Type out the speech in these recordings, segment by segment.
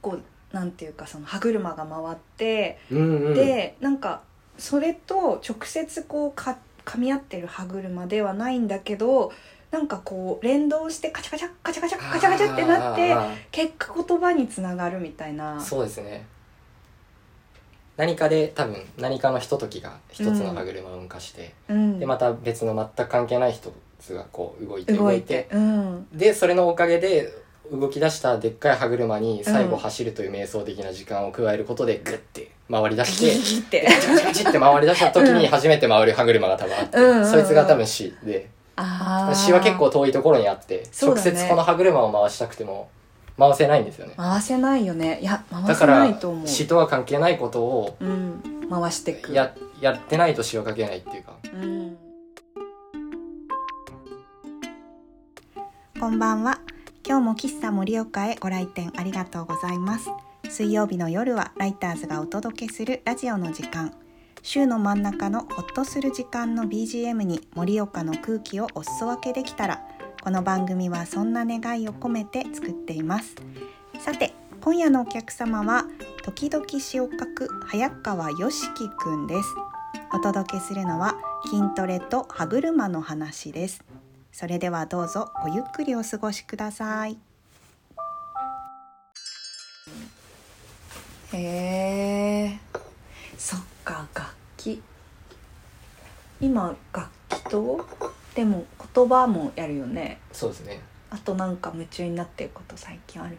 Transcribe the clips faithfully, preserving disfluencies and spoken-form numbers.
構なんていうかその歯車が回って、 うんうん、 でなんかそれと直接こうか噛み合ってる歯車ではないんだけど、なんかこう連動してカチャカチャカチャカチャカチャカチャってなって結果言葉につながるみたいな。 そうですね。何かで多分何かのひとときが一つの歯車を動かして、うん、でまた別の全く関係ない一つがこう動いて動いて、 うん、 でそれのおかげで動き出したでっかい歯車に最後走るという瞑想的な時間を加えることでグッて回り出してガチガチガチって回り出した時に初めて回る歯車が多分あって、うん、そいつが多分死で、 あ死は結構遠いところにあって、ね、直接この歯車を回したくても回せないんですよね。 回せないよね。いや回せないと思う。 だから死とは関係ないことを、 うん、回していくや, やってないと死はかけないっていうか、 うん、こんばんは。今日も喫茶盛岡へご来店ありがとうございます。水曜日の夜はライターズがお届けするラジオの時間。週の真ん中のホッとする時間の ビージーエム に盛岡の空気をお裾分けできたら、この番組はそんな願いを込めて作っています。さて今夜のお客様は時々詩を書く早川よしきくんです。お届けするのは筋トレと歯車の話です。それではどうぞごゆっくりお過ごしください。へー、そっか、楽器。今楽器とでも言葉もやるよね。 そうですね。 あとなんか夢中になってること最近ある？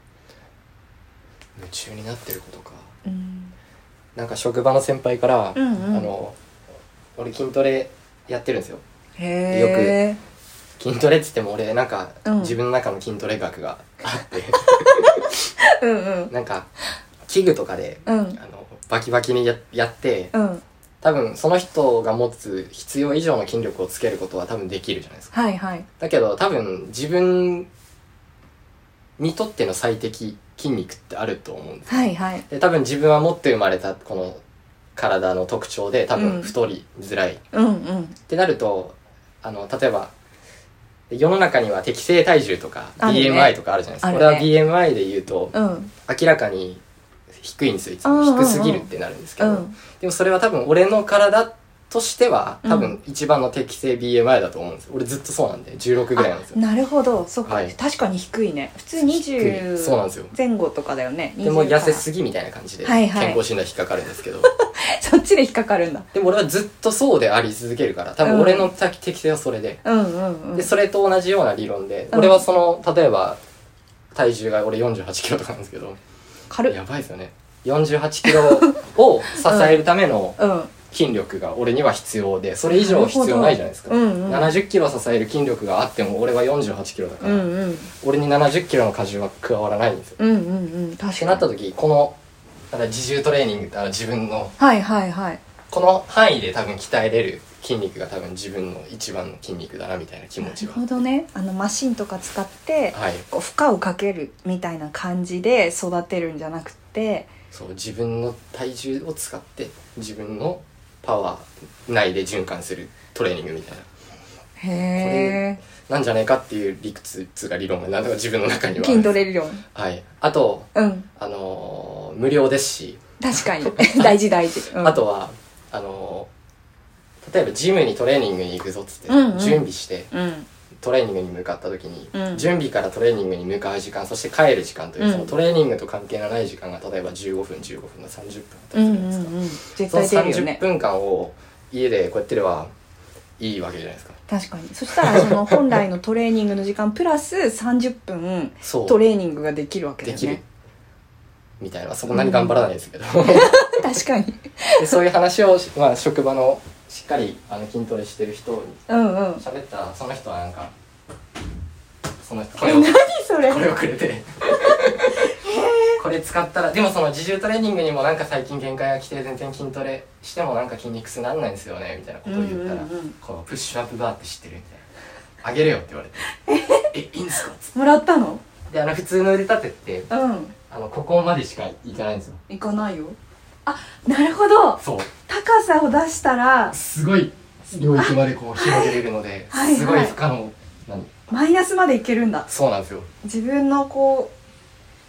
夢中になってることか、 うん、 なんか職場の先輩から、 うんうん、 あの俺筋トレやってるんですよ。 へー、 よく筋トレって言っても俺なんか、 うん、 自分の中の筋トレ学があってうん、うん、 なんか器具とかで、 うん、あのバキバキに や, やって、 うん、 多分その人が持つ必要以上の筋力をつけることは多分できるじゃないですか。 はいはい。 だけど多分自分にとっての最適筋肉ってあると思うんですよ。 はいはい。 で多分自分は持って生まれたこの体の特徴で多分太りづらい、 うんうん、ってなると、あの例えば世の中には適正体重とか ビーエムアイ とかあるじゃないですか、ね、俺は ビーエムアイ で言うと、うん、明らかに低いんですよ。いつも低すぎるってなるんですけど、うんうん、でもそれは多分俺の体としては多分一番の適正 ビーエムアイ だと思うんですよ。俺ずっとそうなんでじゅうろくぐらいなんですよ。 なるほど、そうか、はい、確かに低いね。普通にじゅう前後とかだよね。 でも痩せすぎみたいな感じで健康診断引っかかるんですけど、はいはい、そっちで引っかかるんだ。 でも俺はずっとそうであり続けるから多分俺の適性はそれで、うんうんうん、でそれと同じような理論で、うん、俺はその例えば体重が俺よんじゅうはちキロとかなんですけど、 軽っ、 やばいですよね。よんじゅうはちキロを支えるための筋力が俺には必要で、それ以上必要ないじゃないですか、うんうん、ななじゅっキロ支える筋力があっても俺はよんじゅうはちキロだから、うんうん、俺にななじゅっキロの荷重は加わらないんですよ、 うんうんうん、確かに。 ってなった時このだから自重トレーニングって自分の、 はいはいはい、 この範囲で多分鍛えれる筋肉が多分自分の一番の筋肉だなみたいな気持ちは。 なるほどね。あのマシンとか使って、 はい、 こう負荷をかけるみたいな感じで育てるんじゃなくて、 そう自分の体重を使って自分のパワー内で循環するトレーニングみたいな、 へーなんじゃないかっていう理屈つが理論がなんだか自分の中には筋トレ理論、 はい、あと、 うん、 あのー、無料ですし、 確かに大事大事、 うん、あとはあのー、例えばジムにトレーニングに行くぞっつって、うんうん、準備して、うん、トレーニングに向かった時に、うん、準備からトレーニングに向かう時間、そして帰る時間という、うん、そのトレーニングと関係のない時間が例えばじゅうごふんじゅうごふんのさんじゅっぷんあったりするじゃないですか、うんうんうん、絶対出るよね。そのさんじゅっぷんかんを家でこうやってればいいわけじゃないですか。 確かに。そしたらその本来のトレーニングの時間プラスさんじゅっぷんトレーニングができるわけだよね。できるみたいな、そんなに頑張らないですけど、うん、 確かにでそういう話を、まあ、職場のしっかりあの筋トレしてる人に喋ったら、その人はなんかそのこれを何それこれをくれてこれ使ったら、でもその自重トレーニングにもなんか最近限界が来て全然筋トレしてもなんか筋肉痛なんないんですよねみたいなことを言ったら、うんうんうん、このプッシュアップバーって知ってるみたいな、あげるよって言われてえいいんですかっつってもらったの。 であの普通の腕立てって、 うん、 あのここまでしかいかないんですよ。 いかないよ。あ、なるほど。 そう、 高さを出したらすごい領域までこう広げれるので、はいはい、すごい負荷のマイナスまでいけるんだ。 そうなんですよ。 自分のこう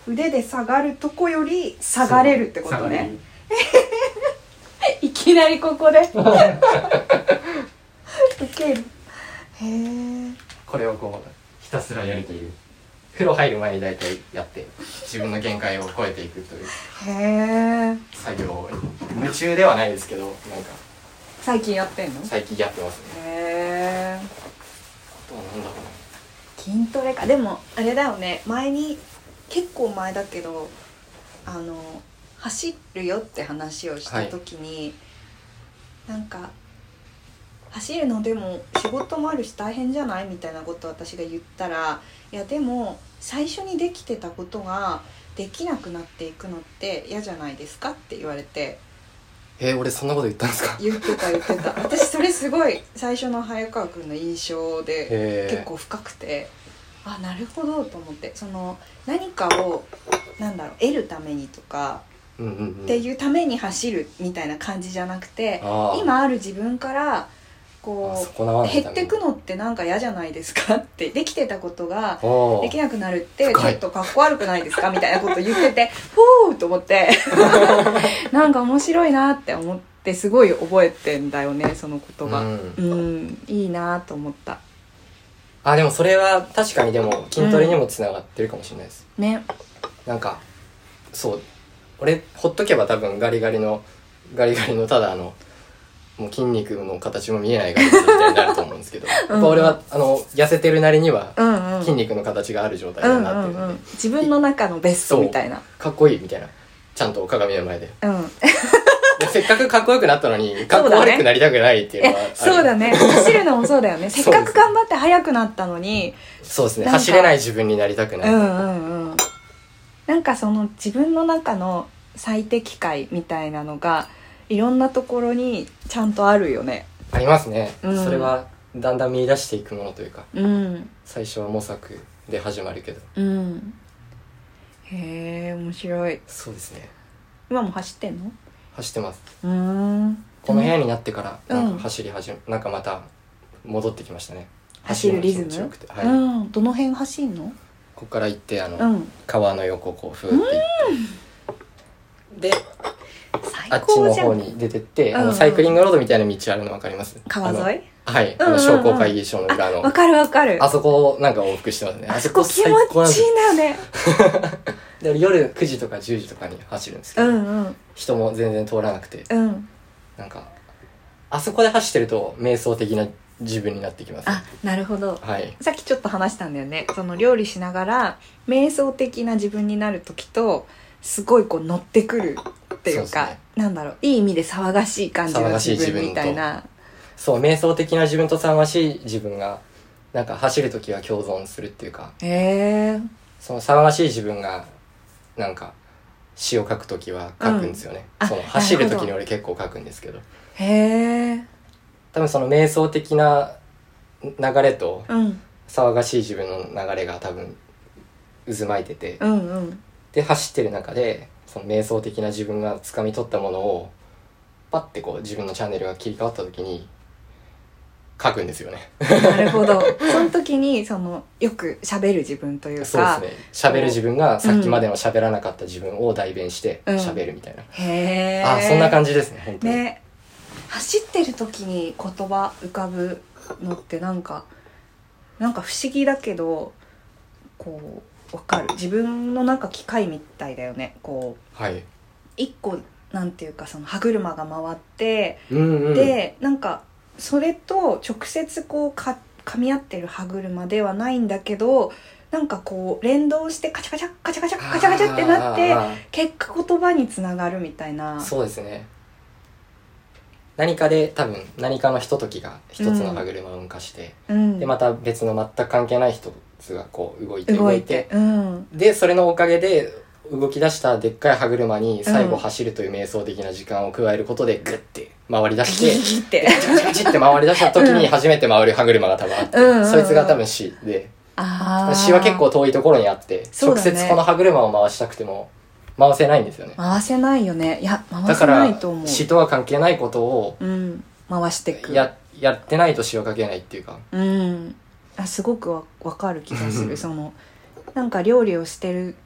腕で下がるとこより下がれるってことね。いきなりここでウケる。へえ。 これをこうひたすらやるという、風呂入る前に大体やって自分の限界を超えていくというへえ作業を夢中ではないですけど、なんか最近やってんの？ 最近やってますね。 へえ。 あとはなんだろうな、 筋トレか。でもあれだよね、前に結構前だけどあの走るよって話をした時に、はい、なんか走るのでも仕事もあるし大変じゃないみたいなことを私が言ったら、いやでも最初にできてたことができなくなっていくのって嫌じゃないですかって言われて。 えー、俺そんなこと言ったんですか？ 言ってた言ってた私それすごい最初の早川くんの印象で結構深くて、あ、なるほどと思って、その何かをなんだろう得るためにとかうんうんうん、 っていうために走るみたいな感じじゃなくて、 あ今ある自分からこう減ってくのってなんか嫌じゃないですかって、できてたことができなくなるってちょっとかっこ悪くないですかみたいなこと言っててふーと思ってなんか面白いなって思ってすごい覚えてんだよね、その言葉。うん、うん、いいなと思った。 あ、でもそれは確かにでも筋トレにもつながってるかもしれないです、 うん、ね。 なんかそう俺ほっとけば多分ガリガリのガリガリのただあのもう筋肉の形も見えないガリガリみたいになると思うんですけどやっぱ俺はあの痩せてるなりには筋肉の形がある状態になってるので、 うんうんうん、自分の中のベストみたいな、 かっこいいみたいな、ちゃんと鏡の前で、 うん、 でせっかくかっこよくなったのにかっこ悪くなりたくないっていうのはある。 そうだね、走るのもそうだよねせっかく頑張って速くなったのにそうですね、走れない自分になりたくない。 うんうんうん、なんかその自分の中の最適解みたいなのがいろんなところにちゃんとあるよね。 ありますね、 うん、 それはだんだん見出していくものというか、 うん、 最初は模索で始まるけど、 うん、へえ面白い。 そうですね。 今も走ってんの？ 走ってます。 うーん、 この部屋になってからなんか走り始め、うん、なんかまた戻ってきましたね、 走るリズム。 はい、 うん、どの辺走んの？ ここから行ってあの、 うん、 川の横をこうふーって行って、うん、であっちの方に出てって、うんうん、あのサイクリングロードみたいな道あるの分かります？ 川沿い？ はい、あの商工会議所の裏の、 分かる分かる、 あそこをなんか往復してますね。 あそこ気持ちいいんだよねで夜くじとかじゅうじとかに走るんですけど、 うんうん、 人も全然通らなくて、 うん、 なんかあそこで走ってると瞑想的な自分になってきます、ね、 あ、なるほど、 はい、 さっきちょっと話したんだよね、その料理しながら瞑想的な自分になる時とすごいこう乗ってくるっていうか、ね、なんだろう、いい意味で騒がしい感じの自分みたいな。 そう、瞑想的な自分と騒がしい自分がなんか走るときは共存するっていうか、 へー、 その騒がしい自分がなんか詩を書くときは書くんですよね、うん、その走るときに俺結構書くんですけど、 へー、 多分その瞑想的な流れとうん騒がしい自分の流れが多分渦巻いてて、 うんうん、で走ってる中でその瞑想的な自分が掴み取ったものをパッてこう自分のチャンネルが切り替わった時に書くんですよね。 なるほど。その時にそのよく喋る自分というか、 そうですね、喋る自分がさっきまでの喋らなかった自分を代弁して喋るみたいな、うん、 へー、 あ、そんな感じですね本当にね。走ってる時に言葉浮かぶのってなんかなんか不思議だけどこう分かる、自分のなんか機械みたいだよね。こう、 はい、 一個なんていうかその歯車が回って、 うんうん、 でなんかそれと直接こうか噛み合ってる歯車ではないんだけど、なんかこう連動してカチャカチャカチャカチャカチャカチャってなって結果言葉につながるみたいな。 そうですね、何かで多分何かのひとときが一つの歯車を動かして、うん、でまた別の全く関係ない一つがこう動いて動いて、 うん、 でそれのおかげで動き出したでっかい歯車に最後走るという瞑想的な時間を加えることでグッて回り出してガチガチガチって回り出した時に初めて回る歯車が多分あって、うん、そいつが多分死で、 あ死は結構遠いところにあって、ね、直接この歯車を回したくても回せないんですよね。 回せないよね。いや回せないと思う。 だから死とは関係ないことを、 うん、回していくや, やってないと死はかけないっていうか、 うん、あすごくわ分かる気がするそのなんか料理をしてる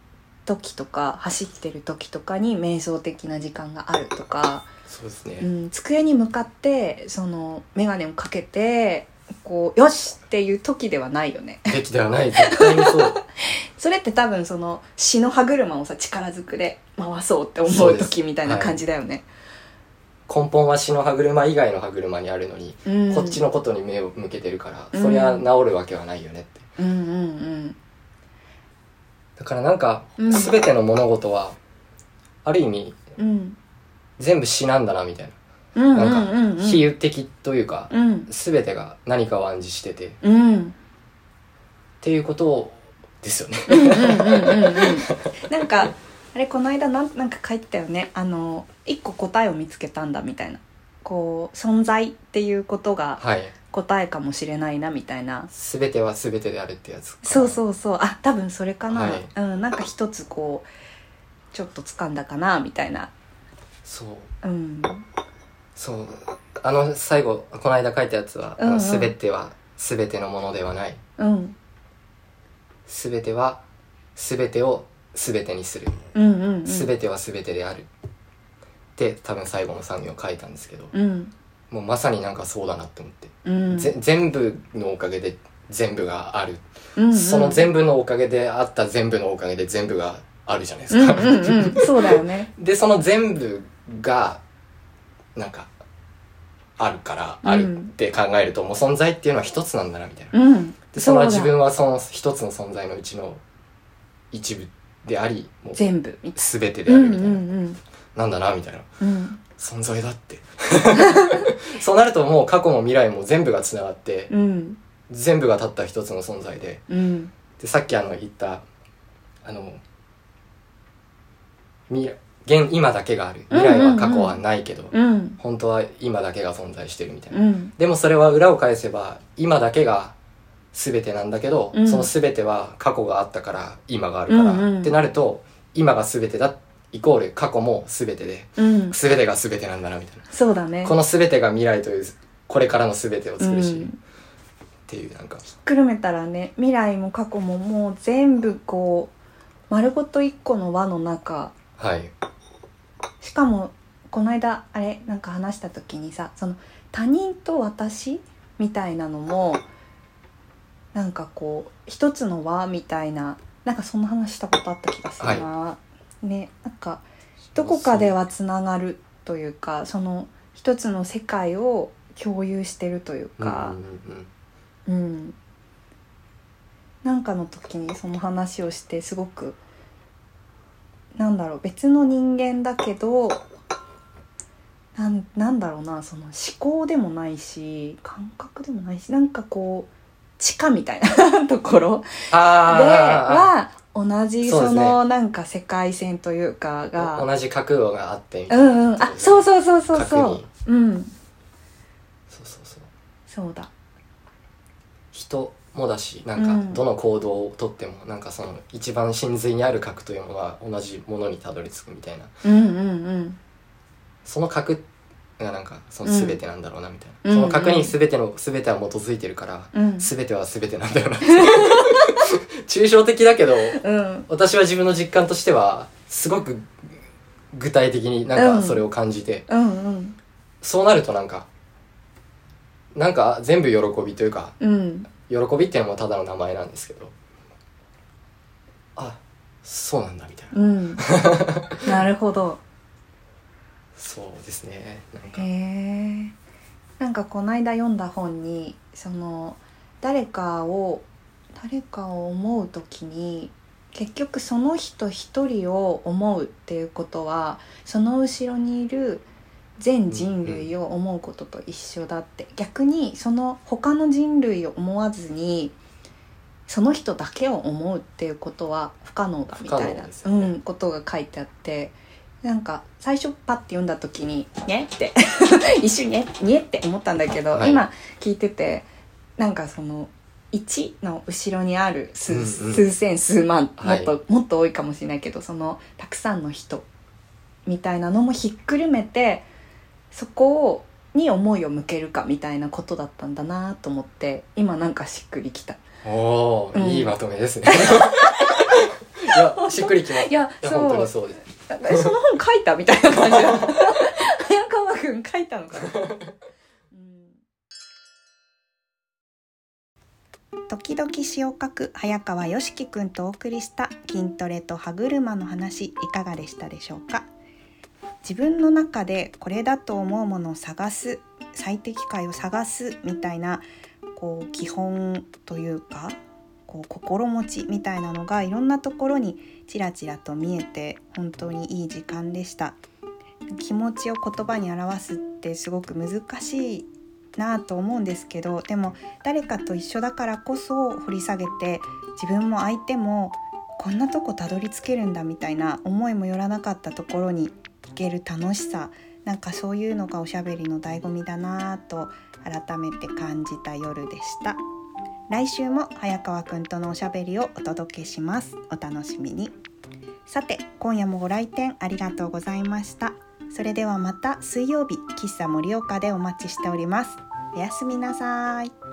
時とか走ってる時とかに瞑想的な時間があるとか、 そうですね、 うん、机に向かってその眼鏡をかけてこうよしっていう時ではないよね。 時ではない、絶対にそうそれって多分その詩の歯車をさ力ずくで回そうって思う時みたいな感じだよね。 根本は詩の歯車以外の歯車にあるのに、うん、こっちのことに目を向けてるから、うん、そりゃ治るわけはないよねって、 うんうんうん、 だからなんか、うん、全ての物事はある意味、うん、全部詩なんだなみたいな、うん、なんか比喩的というか、うん、全てが何かを暗示してて、うん、っていうことですよね。 なんかあれこの間なんなんか書いてたよね、あの一個答えを見つけたんだみたいな、こう存在っていうことが答えかもしれないなみたいな、 すべてはすべてであるってやつか。 そうそうそう、あ多分それかな、はい、うん、なんか一つこうちょっと掴んだかなみたいな。 そう、うん、そうあの最後この間書いたやつは、うんうん、すべてはすべてのものではない、うん、すべてはすべてをすべてにする、うんうんうん、すべてはすべてであるって多分最後のさん行を書いたんですけど、うん、もうまさになんかそうだなって思って、うん、ぜ全部のおかげで全部がある、うんうん、その全部のおかげであった全部のおかげで全部があるじゃないですか、うんうんうん、そうだよね。でその全部がなんかあるからあるって考えると、うん、もう存在っていうのは一つなんだなみたいな、うん、でその自分はその一つの存在のうちの一部であり、もう全部全てであるみたいな、うんうんうん、なんだなみたいな、うん、存在だってそうなるともう過去も未来も全部がつながって、うん、全部がたった一つの存在で、うん、でさっきあの言ったあの未現今だけがある、未来は過去はないけど、うんうんうん、本当は今だけが存在してるみたいな、うん、でもそれは裏を返せば今だけが全てなんだけど、うん、その全ては過去があったから今があるから、うんうん、ってなると今が全てだイコール過去も全てで、うん、全てが全てなんだなみたいな。そうだね。この全てが未来というこれからの全てを作るし、うん、っていうなんかひっくるめたらね、未来も過去ももう全部こう丸ごと一個の輪の中、はい、しかもこの間あれなんか話した時にさ、その他人と私みたいなのもなんかこう一つの輪みたいな、なんかそんな話したことあった気がするな、はい、ね、なんかどこかではつながるというか、その一つの世界を共有してるというか、うん、うんうん、なんかの時にその話をしてすごくなんだろう、別の人間だけどなん、なんだろうな、その思考でもないし感覚でもないし、なんかこう地下みたいなところでは同じそのなんか世界線というかが同じ角度があってみたいな、うんうん、あそうそうそうそうそう、うん、そうそうそうそうだ、人もだし、なんかどの行動をとっても、うん、なんかその一番真髄にある核というものは同じものにたどり着くみたいな、うんうんうん、その核がなんかその全てなんだろうなみたいな、うん、その核に全ての全ては基づいてるから、うん、全ては全てなんだよな抽象的だけど、うん、私は自分の実感としてはすごく具体的になんかそれを感じて、うんうんうん、そうなるとなんかなんか全部喜びというか、うん、喜びっていうのもただの名前なんですけど、あ、そうなんだみたいな、うん、なるほどそうですね、なんかへえ、なんかこの間読んだ本にその誰かを誰かを思うときに結局その人一人を思うっていうことはその後ろにいる全人類を思うことと一緒だって、うんうん、逆にその他の人類を思わずにその人だけを思うっていうことは不可能だみたいな、ね、うん、ことが書いてあって、なんか最初パッて読んだ時にねって一瞬ねにえって思ったんだけど、はい、今聞いててなんかそのいちの後ろにある 数,、うんうん、数千数万もっと、はい、もっと多いかもしれないけど、そのたくさんの人みたいなのもひっくるめてそこをに思いを向けるかみたいなことだったんだなと思って、今なんかしっくりきた。おー、うん、いいまとめですねやしっくりきます。 いやそう本当にそうです。 えその本書いたみたいな感じ早川くん書いたのかな、うん、時々詩を書く早川よしきくんとお送りした筋トレと歯車の話、いかがでしたでしょうか。自分の中でこれだと思うものを探す、最適解を探すみたいなこう基本というかこう心持ちみたいなのがいろんなところにちらちらと見えて、本当にいい時間でした。気持ちを言葉に表すってすごく難しいなと思うんですけど、でも誰かと一緒だからこそ掘り下げて、自分も相手もこんなとこたどり着けるんだみたいな思いもよらなかったところに行ける楽しさ、なんかそういうのがおしゃべりの醍醐味だなと改めて感じた夜でした。来週も早川くんとのおしゃべりをお届けします。お楽しみに。さて今夜もご来店ありがとうございました。それではまた水曜日、喫茶盛岡でお待ちしております。おやすみなさい。